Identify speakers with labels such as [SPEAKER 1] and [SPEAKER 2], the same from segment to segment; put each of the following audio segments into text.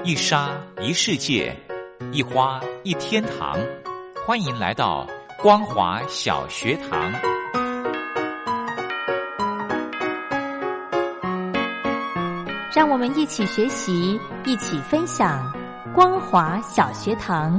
[SPEAKER 1] 一沙一世界，一花一天堂。欢迎来到光华小学堂。
[SPEAKER 2] 让我们一起学习，一起分享光华小学堂。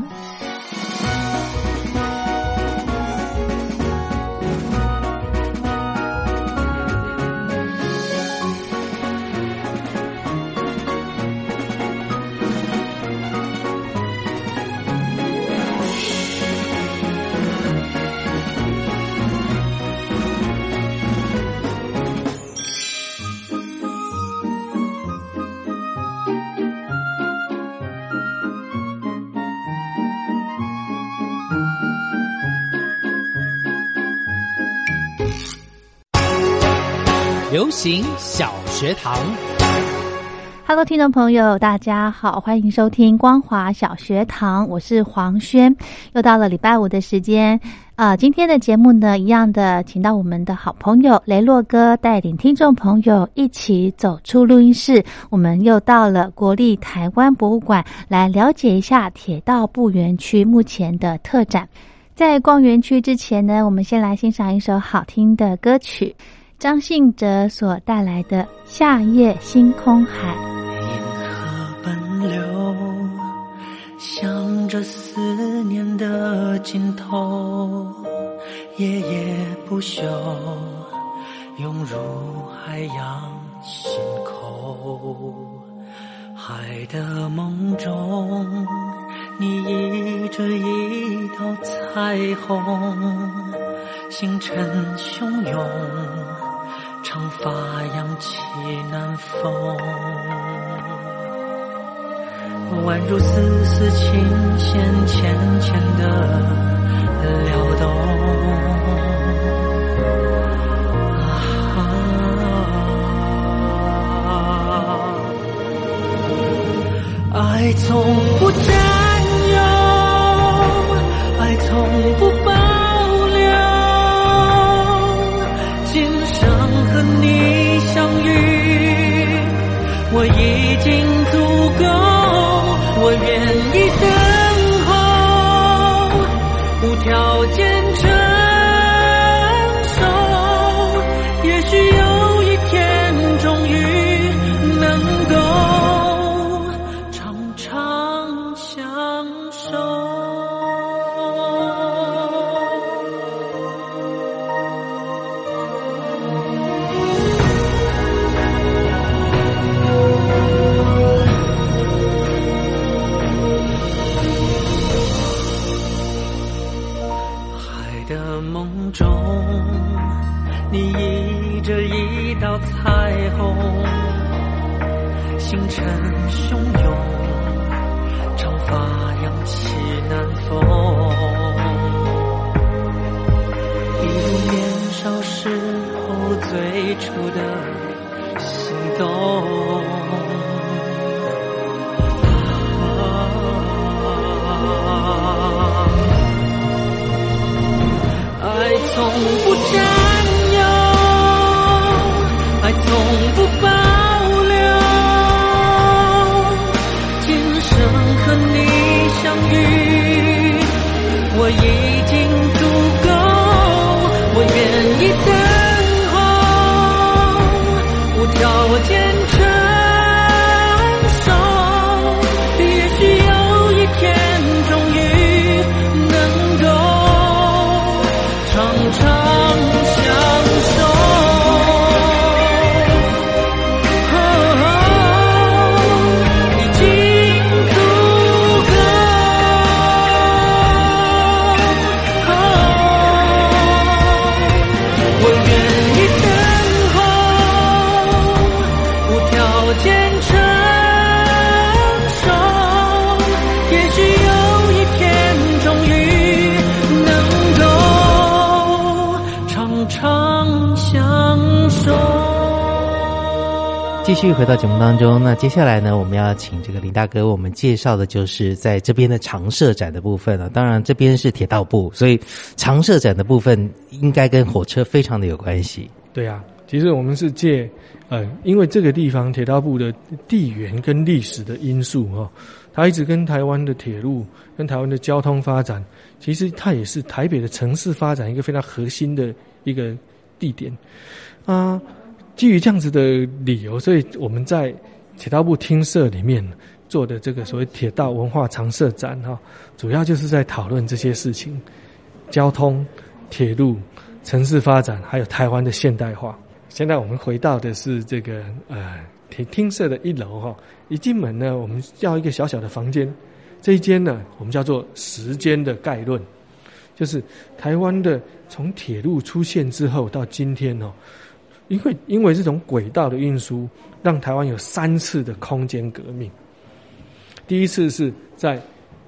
[SPEAKER 3] 流行小学堂。
[SPEAKER 4] Hello， 听众朋友，大家好，欢迎收听光华小学堂，我是黄轩。又到了礼拜五的时间，今天的节目呢，一样的，请到我们的好朋友雷洛哥带领听众朋友一起走出录音室。我们又到了国立台湾博物馆，来了解一下铁道部园区目前的特展。在逛园区之前呢，我们先来欣赏一首好听的歌曲。张信哲所带来的《夏夜星空海》。
[SPEAKER 5] 银河奔流，向着思念的尽头，夜夜不休，涌入海洋心口。海的梦中，你倚着一道彩虹，星辰汹涌，长发扬起南风，宛如丝丝琴弦浅浅的撩动。爱从不占有，爱从不保留，今生和你相遇，我已经足够，我愿意等候，无条件承受，也许有一天终于能够常常相守。梦中，你倚着一道彩虹，星辰汹涌，长发扬起南风，一如年少时候最初的心动。爱从不占有，爱从不保留，今生和你相遇，我已经足够，我愿意等候，无条件承受，也许有一天终于能够常常相守。已经足够，我愿意等候，无条件承受，也许有一天终于能够常常相守。
[SPEAKER 3] 继续回到节目当中，那接下来呢，我们要请这个林大哥为我们介绍的就是在这边的常设展的部分了。当然这边是铁道部，所以常设展的部分应该跟火车非常的有关系。
[SPEAKER 6] 对啊， 其实我们是借因为这个地方铁道部的地缘跟历史的因素它一直跟台湾的铁路跟台湾的交通发展，其实它也是台北的城市发展一个非常核心的一个地点基于这样子的理由，所以我们在铁道部厅舍里面做的这个所谓铁道文化常设展主要就是在讨论这些事情，交通、铁路、城市发展，还有台湾的现代化。现在我们回到的是这个厅舍的1楼一进门呢，我们要一个小小的房间，这一间呢我们叫做时间的概论，就是台湾的从铁路出现之后到今天因为这种轨道的运输，让台湾有3次的空间革命。第一次是在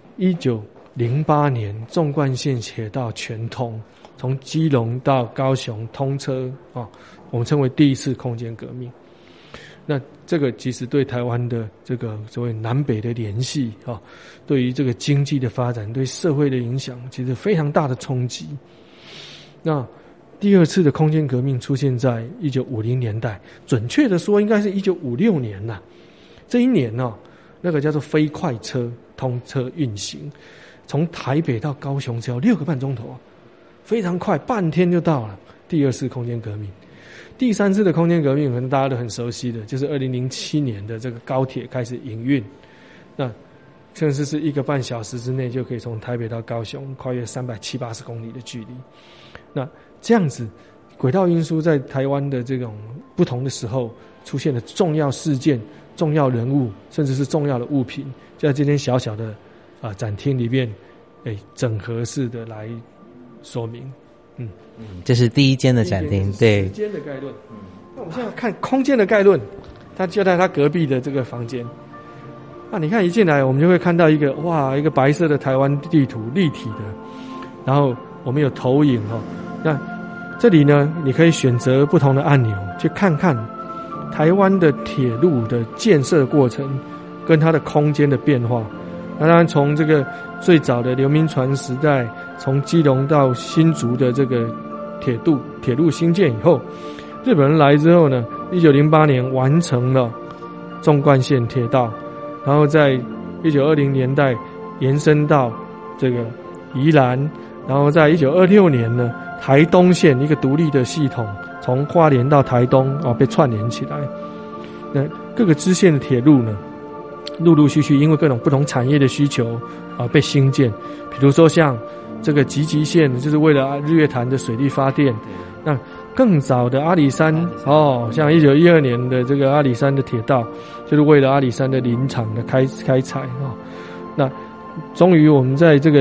[SPEAKER 6] 1908年纵贯线铁道全通，从基隆到高雄通车我们称为第一次空间革命。那这个其实对台湾的这个所谓南北的联系对于这个经济的发展，对社会的影响，其实非常大的冲击。那第二次的空间革命出现在1950年代，准确的说应该是1956年啦。这一年那个叫做飞快车通车运行，从台北到高雄只要6个半钟头非常快，半天就到了。第二次空间革命。第三次的空间革命可能大家都很熟悉的，就是2007年的这个高铁开始营运，那甚至是1个半小时之内就可以从台北到高雄跨越370-380公里的距离。那这样子轨道运输在台湾的这种不同的时候出现了重要事件、重要人物，甚至是重要的物品，就在这间小小的展厅里面整合式的来说明。
[SPEAKER 3] 这是第一间的展厅，对，
[SPEAKER 6] 时间的概论。那我们现在看空间的概论，它就在它隔壁的这个房间。你看一进来，我们就会看到一个白色的台湾地图，立体的，然后我们有投影那这里呢，你可以选择不同的按钮，去看看台湾的铁路的建设过程跟它的空间的变化。那当然从这个最早的刘铭传时代，从基隆到新竹的这个铁路兴建以后，日本人来之后呢，1908年完成了纵贯线铁道，然后在1920年代延伸到这个宜兰，然后在1926年呢，台东线一个独立的系统从花莲到台东被串联起来。那各个支线的铁路呢，陆陆续续因为各种不同产业的需求被兴建，比如说像这个集集线，就是为了日月潭的水力发电。那更早的阿里山像1912年的这个阿里山的铁道，就是为了阿里山的林场的开采那终于我们在这个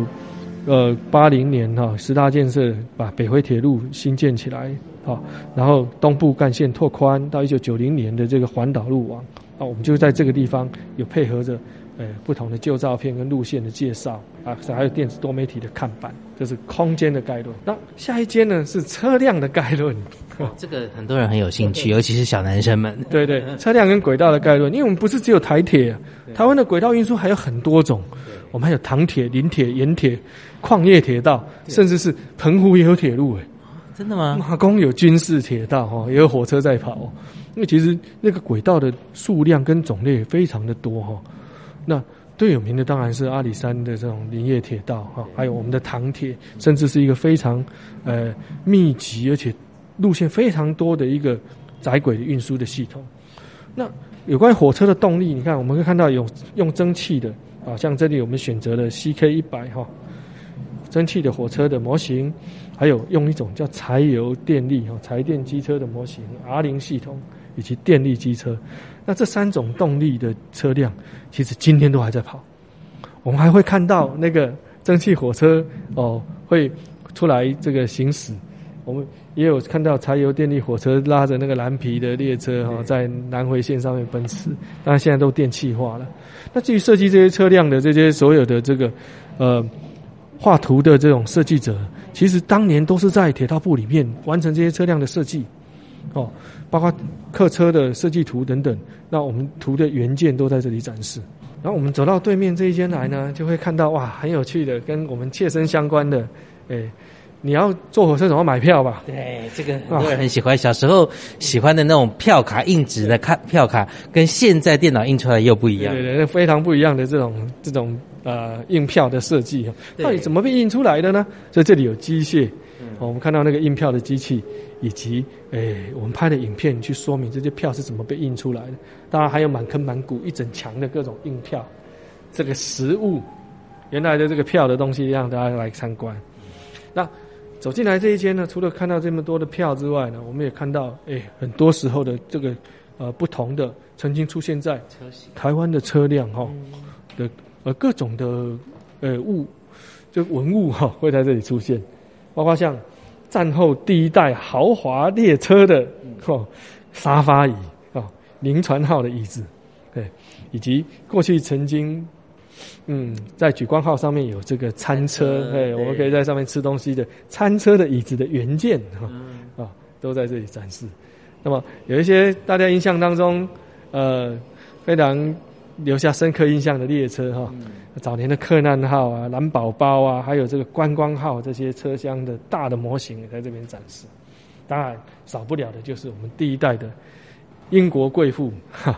[SPEAKER 6] 1980年10大建设把北回铁路新建起来然后东部干线拓宽到1990年的这个环岛路网我们就在这个地方有配合着不同的旧照片跟路线的介绍还有电子多媒体的看板，这是空间的概论。那下一间呢是车辆的概论
[SPEAKER 3] 这个很多人很有兴趣，尤其是小男生们。
[SPEAKER 6] 对，车辆跟轨道的概论，因为我们不是只有台铁台湾的轨道运输还有很多种，我们还有糖铁、林铁、盐铁、矿业铁道，甚至是澎湖也有铁路
[SPEAKER 3] 真的吗？
[SPEAKER 6] 马公有军事铁道也有火车在跑因为其实那个轨道的数量跟种类非常的多那最有名的当然是阿里山的这种林业铁道还有我们的糖铁，甚至是一个非常密集而且路线非常多的一个载轨的运输的系统。那有关火车的动力，你看我们会看到有用蒸汽的像这里我们选择了 CK100蒸汽的火车的模型，还有用一种叫柴油电力柴电机车的模型 R0 系统，以及电力机车。那这3种动力的车辆其实今天都还在跑，我们还会看到那个蒸汽火车会出来这个行驶，我们也有看到柴油电力火车拉着那个蓝皮的列车在南回线上面奔驰，当然现在都电气化了。那至于设计这些车辆的这些所有的这个画图的这种设计者，其实当年都是在铁道部里面完成这些车辆的设计包括客车的设计图等等，那我们图的原件都在这里展示。然后我们走到对面这一间来呢，就会看到很有趣的跟我们切身相关的你要坐火车总要买票吧？
[SPEAKER 3] 对，这个很多人很喜欢。小时候喜欢的那种票卡，硬纸的票卡，跟现在电脑印出来又不一样。
[SPEAKER 6] 对对对，非常不一样的这种印票的设计，到底怎么被印出来的呢？所以这里有机械，我们看到那个印票的机器，以及我们拍的影片去说明这些票是怎么被印出来的。当然还有满坑满谷一整墙的各种印票，这个实物原来的这个票的东西，让大家来参观。那走进来这一间呢，除了看到这么多的票之外呢，我们也看到很多时候的这个不同的曾经出现在台湾的车辆的各种的就文物会在这里出现，包括像战后第一代豪华列车的沙发椅林传号的椅子，对，以及过去曾经在莒光号上面有这个餐车，我们可以在上面吃东西的餐车的椅子的原件都在这里展示。那么有一些大家印象当中非常留下深刻印象的列车早年的克难号啊、蓝宝宝啊，还有这个观光号这些车厢的大的模型也在这边展示。当然少不了的就是我们第一代的英国贵妇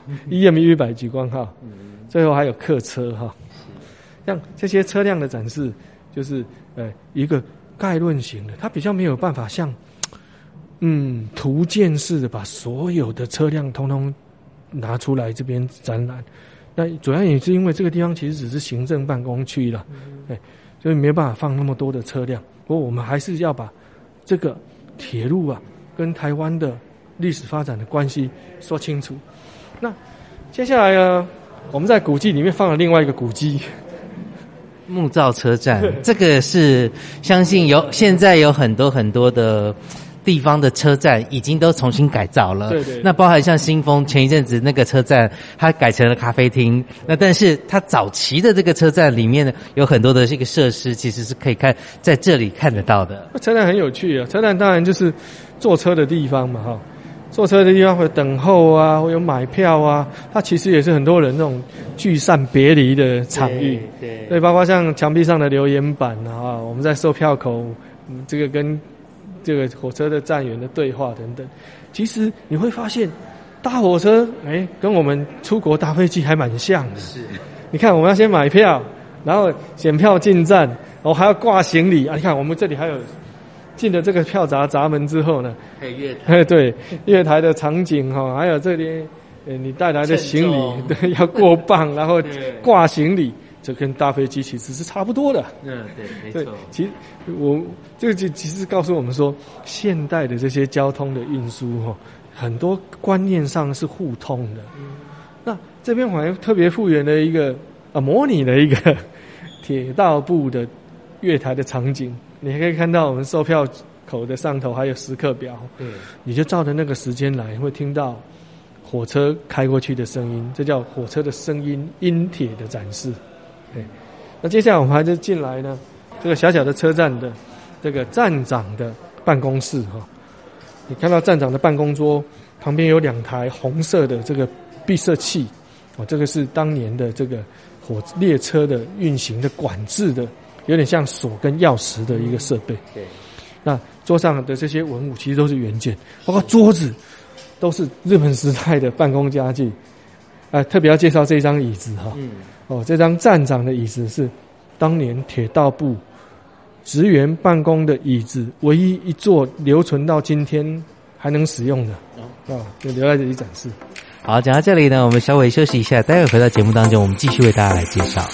[SPEAKER 6] EM100莒光号，最后还有客车像这些车辆的展示，就是一个概论型的，它比较没有办法像图鉴式的把所有的车辆通通拿出来这边展览。那主要也是因为这个地方其实只是行政办公区了，所以没有办法放那么多的车辆。不过我们还是要把这个铁路跟台湾的历史发展的关系说清楚。那接下来呢，我们在古迹里面放了另外一个古迹
[SPEAKER 3] 木造车站，这个是相信现在有很多很多的地方的车站已经都重新改造了。
[SPEAKER 6] 对对。那
[SPEAKER 3] 包含像新丰前一阵子那个车站，它改成了咖啡厅。那但是它早期的这个车站里面呢，有很多的这个设施，其实是可以在这里看得到的。
[SPEAKER 6] 车站很有趣啊，车站当然就是坐车的地方嘛，坐车的地方会等候啊，会有买票啊，它其实也是很多人那种聚散别离的场域。对，所以包括像墙壁上的留言板我们在售票口，这个跟这个火车的站员的对话等等，其实你会发现搭火车跟我们出国搭飞机还蛮像的。是，你看我们要先买票，然后检票进站，然后还要挂行李你看我们这里还有进了这个票闸门之后呢，
[SPEAKER 3] 还有月台，
[SPEAKER 6] 对，月台的场景还有这里你带来的行李对要过磅，然后挂行李，这跟搭飞机其实是差不多的。
[SPEAKER 3] 对，没错。其实
[SPEAKER 6] 这个其实告诉我们说，现代的这些交通的运输很多观念上是互通的。那这边我还特别复原了一个模拟了一个铁道部的月台的场景，你还可以看到我们售票口的上头还有时刻表，你就照着那个时间来，会听到火车开过去的声音，这叫火车的声音音铁的展示。那接下来我们还是进来呢，这个小小的车站的这个站长的办公室你看到站长的办公桌旁边有2台红色的这个闭塞器这个是当年的这个列车的运行的管制的，有点像锁跟钥匙的一个设备。对，那桌上的这些文物其实都是原件，包括桌子都是日本时代的办公家具。特别要介绍这张椅子这张站长的椅子是当年铁道部职员办公的椅子，唯一一座留存到今天还能使用的就留在这里展示。
[SPEAKER 3] 好，讲到这里呢，我们稍微休息一下，待会回到节目当中，我们继续为大家来介绍。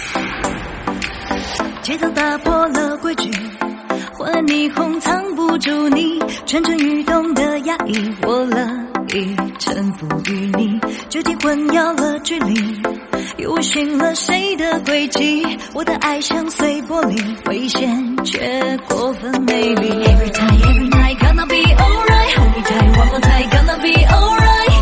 [SPEAKER 7] 节奏打破了规矩，昏暗霓虹藏不住你蠢蠢欲动的压抑，我乐意臣服于你，究竟混淆了距离，又微醺了谁的轨迹，我的爱像碎玻璃，危险却过分美丽。 Every time every night gonna be alright, hold me tight one more time gonna be alright,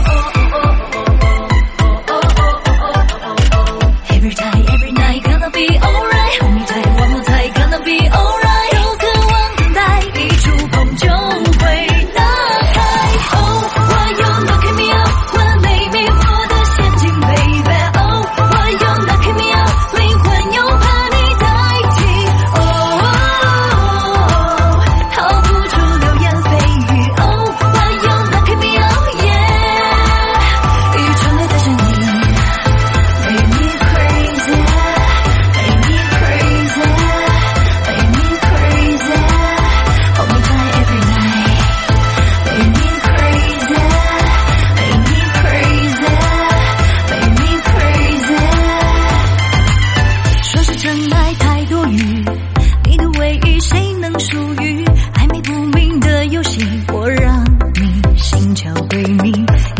[SPEAKER 7] every time every night gonna be alright, hold me tight one more time gonna be alright, 有渴望等待一触碰就会打开。 Oh why you knocking me out, wanna make me 我的陷阱 baby, oh why you knocking me out, 灵魂又怕你代替。 Oh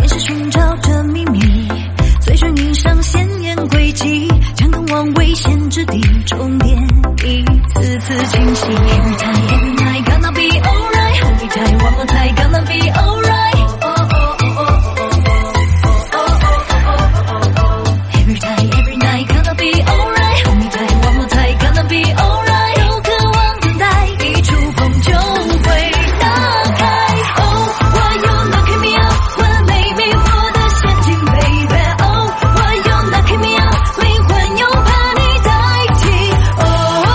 [SPEAKER 7] 也是寻找着秘密，随着你上线沿轨迹，将通往危险之地，终点一次次清晰。Every time, every night, gonna be alright. Hold me tight, one more time, gonna be alright.Every time, every night, gonna be alright. Hold me tight, one more time, gonna be alright. 有渴望等待，一触碰就会打开。Oh, why you knocking me out? What made me 我的陷阱 baby? Oh, why you knocking me out? 灵魂又怕你代替。Oh,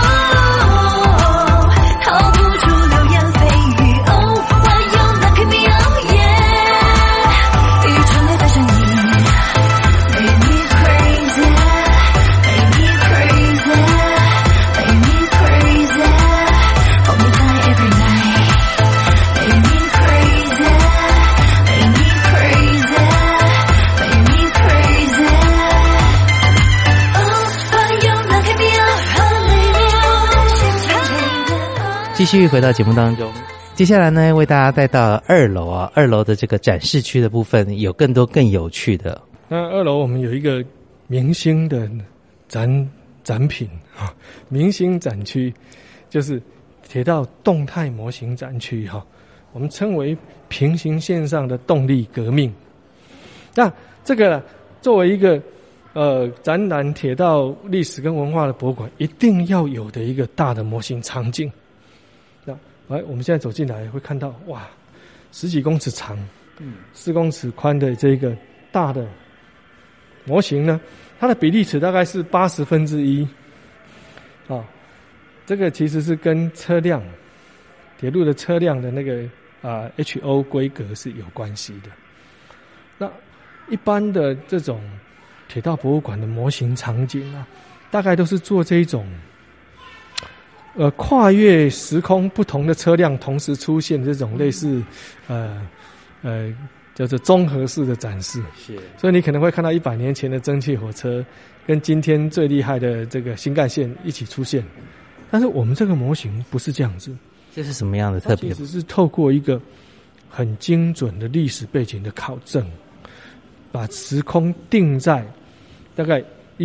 [SPEAKER 7] 逃不出流言蜚语。Oh, why you knocking me out? Yeah, 一传来的声音。Make me crazy, make me crazy, make me crazy. Hold me tight every night. Make me crazy, make me crazy, make me crazy. Oh, why you knocking me out? Oh,
[SPEAKER 3] 继续回到节目当中，接下来呢，为大家带到2楼啊，2楼的这个展示区的部分有更多更有趣的。
[SPEAKER 6] 那2楼我们有一个明星的展品啊，明星展区就是铁道动态模型展区哈，我们称为平行线上的动力革命。那这个作为一个展览铁道历史跟文化的博物馆，一定要有的一个大的模型场景。那我们现在走进来会看到，哇，10几公尺长，4公尺宽的这个大的模型呢，它的比例尺大概是1/80啊。这个其实是跟车辆铁路的车辆的那个HO 规格是有关系的。那一般的这种铁道博物馆的模型场景啊，大概都是做这一种跨越时空不同的车辆同时出现这种类似叫做综合式的展示。
[SPEAKER 3] 是，
[SPEAKER 6] 所以你可能会看到100年前的蒸汽火车跟今天最厉害的这个新干线一起出现。但是我们这个模型不是这样子，
[SPEAKER 3] 这是什么样的特别？
[SPEAKER 6] 其实是透过一个很精准的历史背景的考证，把时空定在大概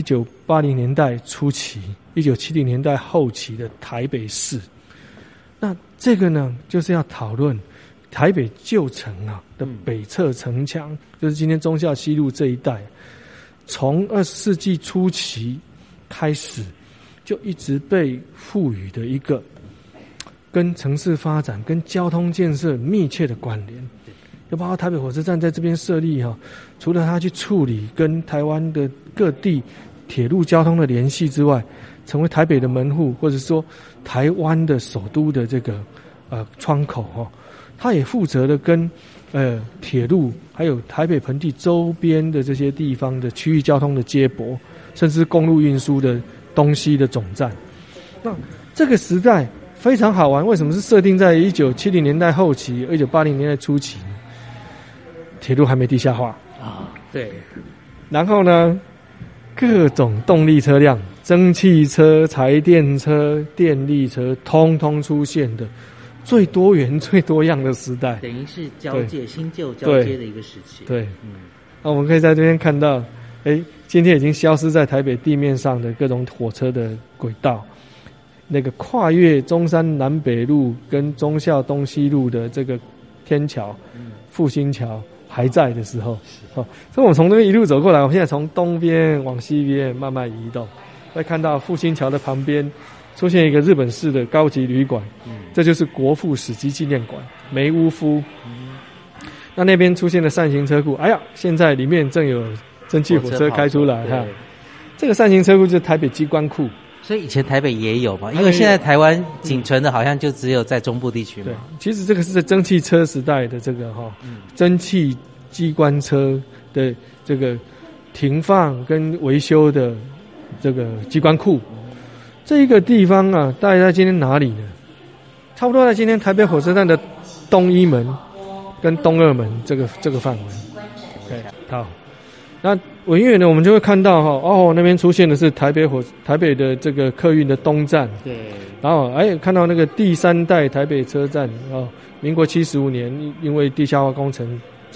[SPEAKER 6] 1980年代初期、1970年代后期的台北市。那这个呢，就是要讨论台北旧城的北侧城墙，就是今天忠孝西路这一带，从20世纪初期开始，就一直被赋予的一个跟城市发展、跟交通建设密切的关联。就包括台北火车站在这边设立除了它去处理跟台湾的各地铁路交通的联系之外，成为台北的门户，或者说台湾的首都的这个窗口它也负责的跟铁路还有台北盆地周边的这些地方的区域交通的接驳，甚至公路运输的东西的总站。那这个时代非常好玩，为什么是设定在1970年代后期、1980年代初期呢？铁路还没地下化
[SPEAKER 3] 啊，对。
[SPEAKER 6] 然后呢，各种动力车辆，蒸汽车、柴电车、电力车，通通出现的最多元、最多样的时代，
[SPEAKER 3] 等于是交界新旧交接的一个时期。
[SPEAKER 6] 对，那我们可以在这边看到，今天已经消失在台北地面上的各种火车的轨道，那个跨越中山南北路跟忠孝东西路的这个天桥、复兴桥还在的时候，所以我们从那边一路走过来，我们现在从东边往西边慢慢移动，会看到复兴桥的旁边出现一个日本式的高级旅馆，这就是国父史迹纪念馆梅屋夫。那边出现了扇形车库，现在里面正有蒸汽火车开出来哈。这个扇形车库就是台北机关库，
[SPEAKER 3] 所以以前台北也有嘛，因为现在台湾仅存的好像就只有在中部地区嘛。
[SPEAKER 6] 对，其实这个是在蒸汽车时代的这个蒸汽机关车的这个停放跟维修的这个机关库。这一个地方大概在今天哪里呢？差不多在今天台北火车站的东一门跟东二门这个范围。对，好，那远远的我们就会看到那边出现的是台北的这个客运的东站。
[SPEAKER 3] 对，
[SPEAKER 6] 然后看到那个第3代台北车站民国75年因为地下化工程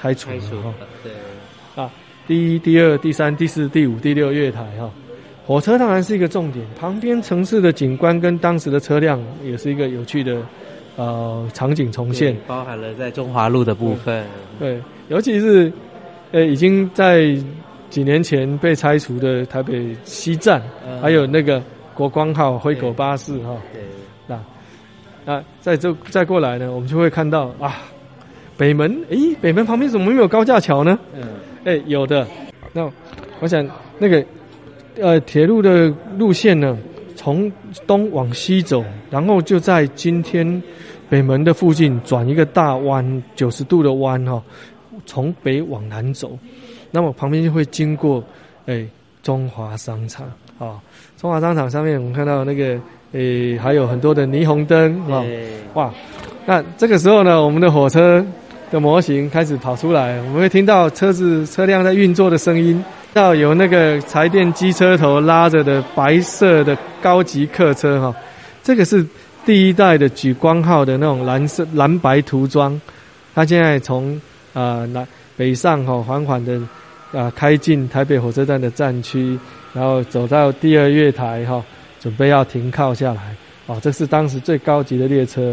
[SPEAKER 6] 拆除了
[SPEAKER 3] 对
[SPEAKER 6] 啊，第1、第2、第3、第4、第5、第6月台哈。火车当然是一个重点，旁边城市的景观跟当时的车辆也是一个有趣的场景重现，
[SPEAKER 3] 包含了在中华路的部分。
[SPEAKER 6] 对，尤其是已经在几年前被拆除的台北西站，还有那个国光号、灰狗巴士哈。
[SPEAKER 3] 对，
[SPEAKER 6] 那再过来呢，我们就会看到啊，北门，北门旁边怎么没有高架桥呢？有的。那我想那个铁路的路线呢，从东往西走，然后就在今天北门的附近转一个大弯，90度的弯哈，从北往南走，那么旁边就会经过中华商场啊，中华商场上面我们看到那个还有很多的霓虹灯啊，哇，那这个时候呢，我们的火车的模型开始跑出来，我们会听到车辆在运作的声音，到有那个柴电机车头拉着的白色的高级客车哈，这个是第1代的莒光号的那种蓝白涂装，它现在从北上缓缓的开进台北火车站的站区，然后走到第2月台准备要停靠下来，这是当时最高级的列车。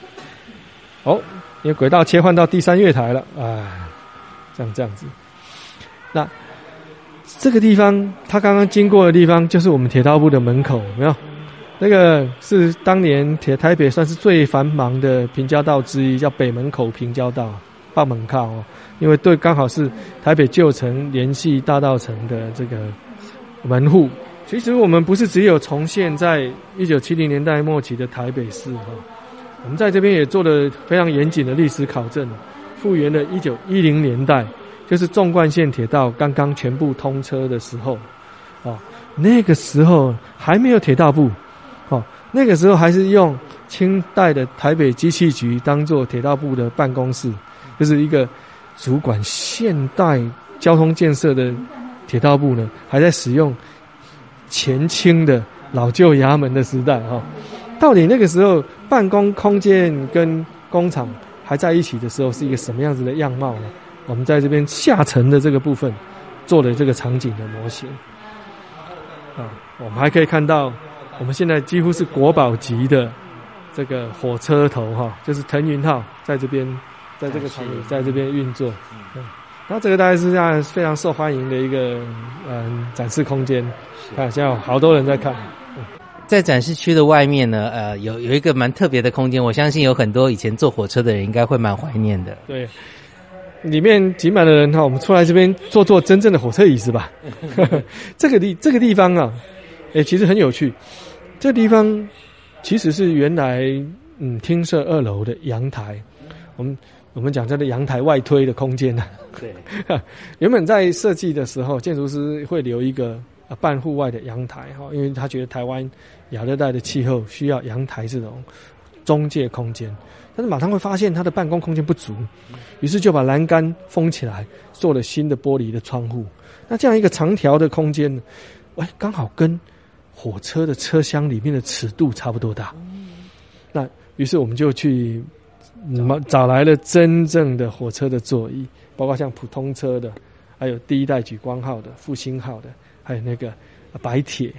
[SPEAKER 6] 因为轨道切换到第3月台了，这样子。那这个地方，它刚刚经过的地方，就是我们铁道部的门口，有没有？那个是当年台北算是最繁忙的平交道之一，叫北门口平交道，北门口因为刚好是台北旧城联系大稻埕的这个门户。其实我们不是只有重现在1970年代末期的台北市我们在这边也做了非常严谨的历史考证，复原了1910年代，就是纵贯线铁道刚刚全部通车的时候，那个时候还没有铁道部，那个时候还是用清代的台北机器局当做铁道部的办公室，就是一个主管现代交通建设的铁道部呢，还在使用前清的老旧衙门的时代到底那个时候办公空间跟工厂还在一起的时候是一个什么样子的样貌呢？我们在这边下层的这个部分做了这个场景的模型我们还可以看到我们现在几乎是国宝级的这个火车头就是腾云号在这边，在这个场景在这边运作然后这个大概是非常受欢迎的一个展示空间，看现在有好多人在看。
[SPEAKER 3] 在展示区的外面呢，有一个蛮特别的空间，我相信有很多以前坐火车的人应该会蛮怀念的。
[SPEAKER 6] 对，里面挤满了人我们出来这边坐真正的火车椅子吧。这个地方其实很有趣。这个地方其实是原来厅舍2楼的阳台，我们讲这个阳台外推的空间对，原本在设计的时候，建筑师会留一个半户外的阳台因为他觉得台湾亚热带的气候需要阳台这种中介空间，但是马上会发现它的办公空间不足，于是就把栏杆封起来，做了新的玻璃的窗户。那这样一个长条的空间刚好跟火车的车厢里面的尺度差不多大。那于是我们就去找来了真正的火车的座椅，包括像普通车的，还有第1代莒光号的、复兴号的，还有那个白铁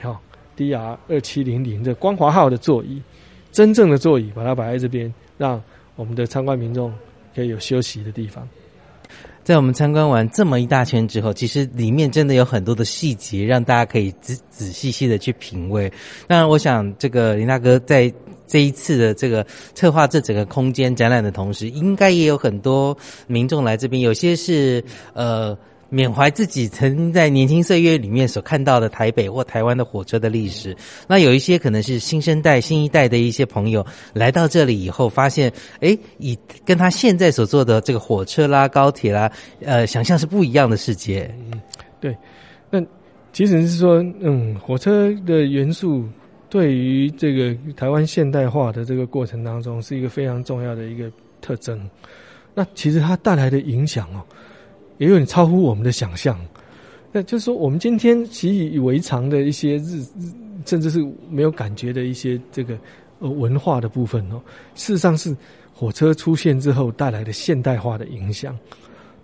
[SPEAKER 6] DR2700的光华号的座椅，真正的座椅把它摆在这边，让我们的参观民众可以有休息的地方。
[SPEAKER 3] 在我们参观完这么一大圈之后，其实里面真的有很多的细节让大家可以仔细的去品味。那我想这个林大哥在这一次的这个策划这整个空间展览的同时，应该也有很多民众来这边，有些是缅怀自己曾经在年轻岁月里面所看到的台北或台湾的火车的历史。那有一些可能是新一代的一些朋友来到这里以后，发现以跟他现在所做的这个火车啦、高铁啦，想象是不一样的世界。
[SPEAKER 6] 对，那其实是说，火车的元素对于这个台湾现代化的这个过程当中是一个非常重要的一个特征。那其实它带来的影响也有点超乎我们的想象。那就是说我们今天习以为常的一些甚至是没有感觉的一些这个文化的部分事实上是火车出现之后带来的现代化的影响。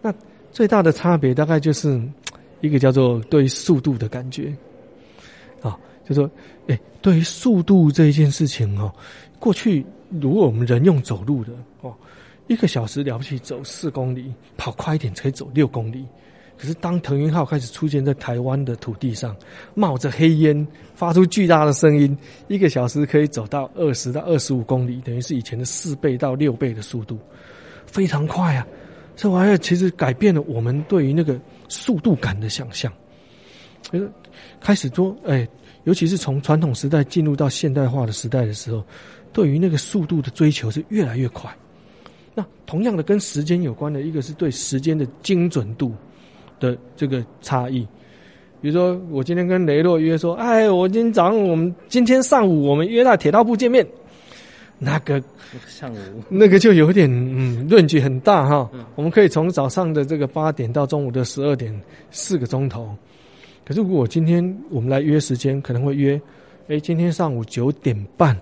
[SPEAKER 6] 那最大的差别大概就是一个叫做对于速度的感觉啊，就说对于速度这一件事情哦，过去如果我们人用走路的哦，1个小时了不起走4公里，跑快一点可以走6公里。可是当腾云号开始出现在台湾的土地上，冒着黑烟，发出巨大的声音，1个小时可以走到20到25公里，等于是以前的4倍到6倍的速度，非常快啊！这玩意儿其实改变了我们对于那个速度感的想象。开始说，尤其是从传统时代进入到现代化的时代的时候，对于那个速度的追求是越来越快。那同样的跟时间有关的一个是对时间的精准度的这个差异。比如说我今天跟雷洛约说，我今天早上我们今天上午我们约到铁道部见面，那个
[SPEAKER 3] 上午
[SPEAKER 6] 那个就有点论据很大哈。我们可以从早上的这个8点到中午的12点4个钟头。可是如果今天我们来约时间，可能会约今天上午9点半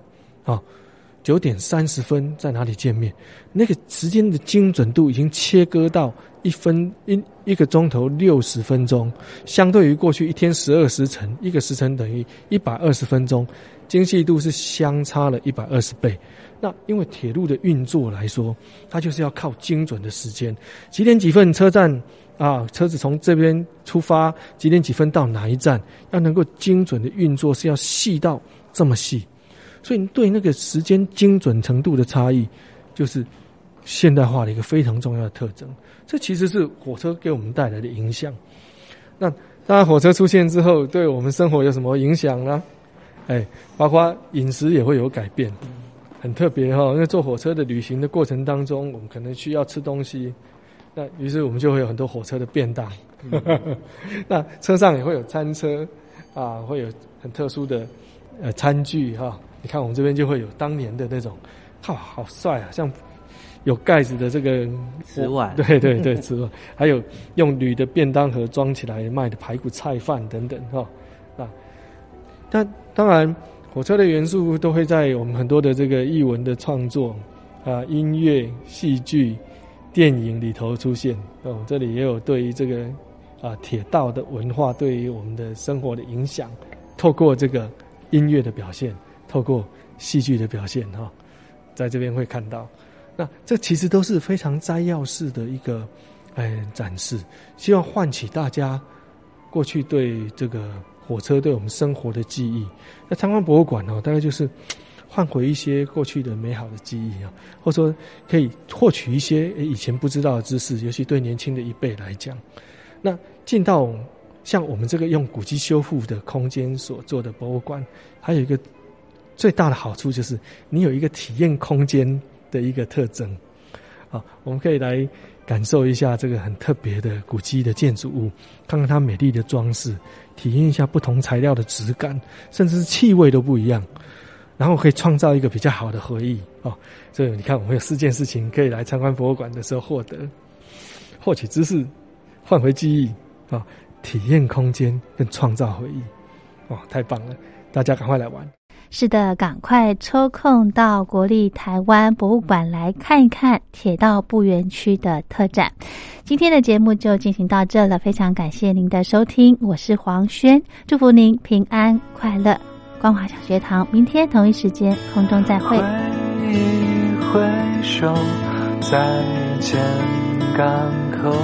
[SPEAKER 6] 9点30分在哪里见面，那个时间的精准度已经切割到一个钟头60分钟，相对于过去一天12时辰，一个时辰等于120分钟，精细度是相差了120倍。那因为铁路的运作来说，它就是要靠精准的时间，几点几分车站车子从这边出发，几点几分到哪一站，要能够精准的运作，是要细到这么细。所以对那个时间精准程度的差异，就是现代化的一个非常重要的特征。这其实是火车给我们带来的影响。那当然火车出现之后对我们生活有什么影响呢？包括饮食也会有改变，很特别因为坐火车的旅行的过程当中，我们可能需要吃东西，那于是我们就会有很多火车的便当那车上也会有餐车会有很特殊的餐具你看我们这边就会有当年的那种好帅啊，像有盖子的这个
[SPEAKER 3] 瓷碗，
[SPEAKER 6] 对对对，瓷碗，还有用铝的便当盒装起来卖的排骨菜饭等等但当然火车的元素都会在我们很多的这个艺文的创作音乐、戏剧、电影里头出现这里也有对于这个铁道的文化对于我们的生活的影响，透过这个音乐的表现，透过戏剧的表现在这边会看到。那这其实都是非常摘要式的一个展示，希望唤起大家过去对这个火车对我们生活的记忆。那参观博物馆大概就是换回一些过去的美好的记忆或者说可以获取一些以前不知道的知识，尤其对年轻的一辈来讲。那进到像我们这个用古迹修复的空间所做的博物馆，还有一个最大的好处就是你有一个体验空间的一个特征我们可以来感受一下这个很特别的古迹的建筑物，看看它美丽的装饰，体验一下不同材料的质感，甚至是气味都不一样，然后可以创造一个比较好的回忆所以你看我们有4件事情可以来参观博物馆的时候获取知识，换回记忆体验空间跟创造回忆太棒了，大家赶快来玩。
[SPEAKER 4] 是的，赶快抽空到国立台湾博物馆来看一看铁道部园区的特展。今天的节目就进行到这了，非常感谢您的收听，我是黄轩，祝福您平安快乐。光华小学堂明天同一时间空中再会。
[SPEAKER 5] 挥一挥手，再见港口，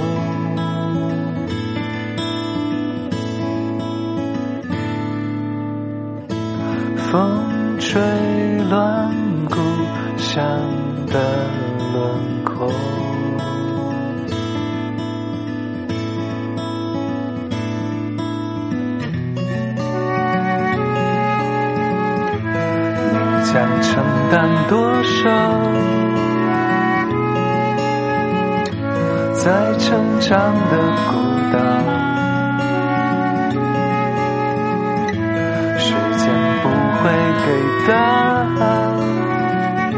[SPEAKER 5] 风吹乱故乡的轮廓，你将承担多少在成长的孤岛，时间不会给答案。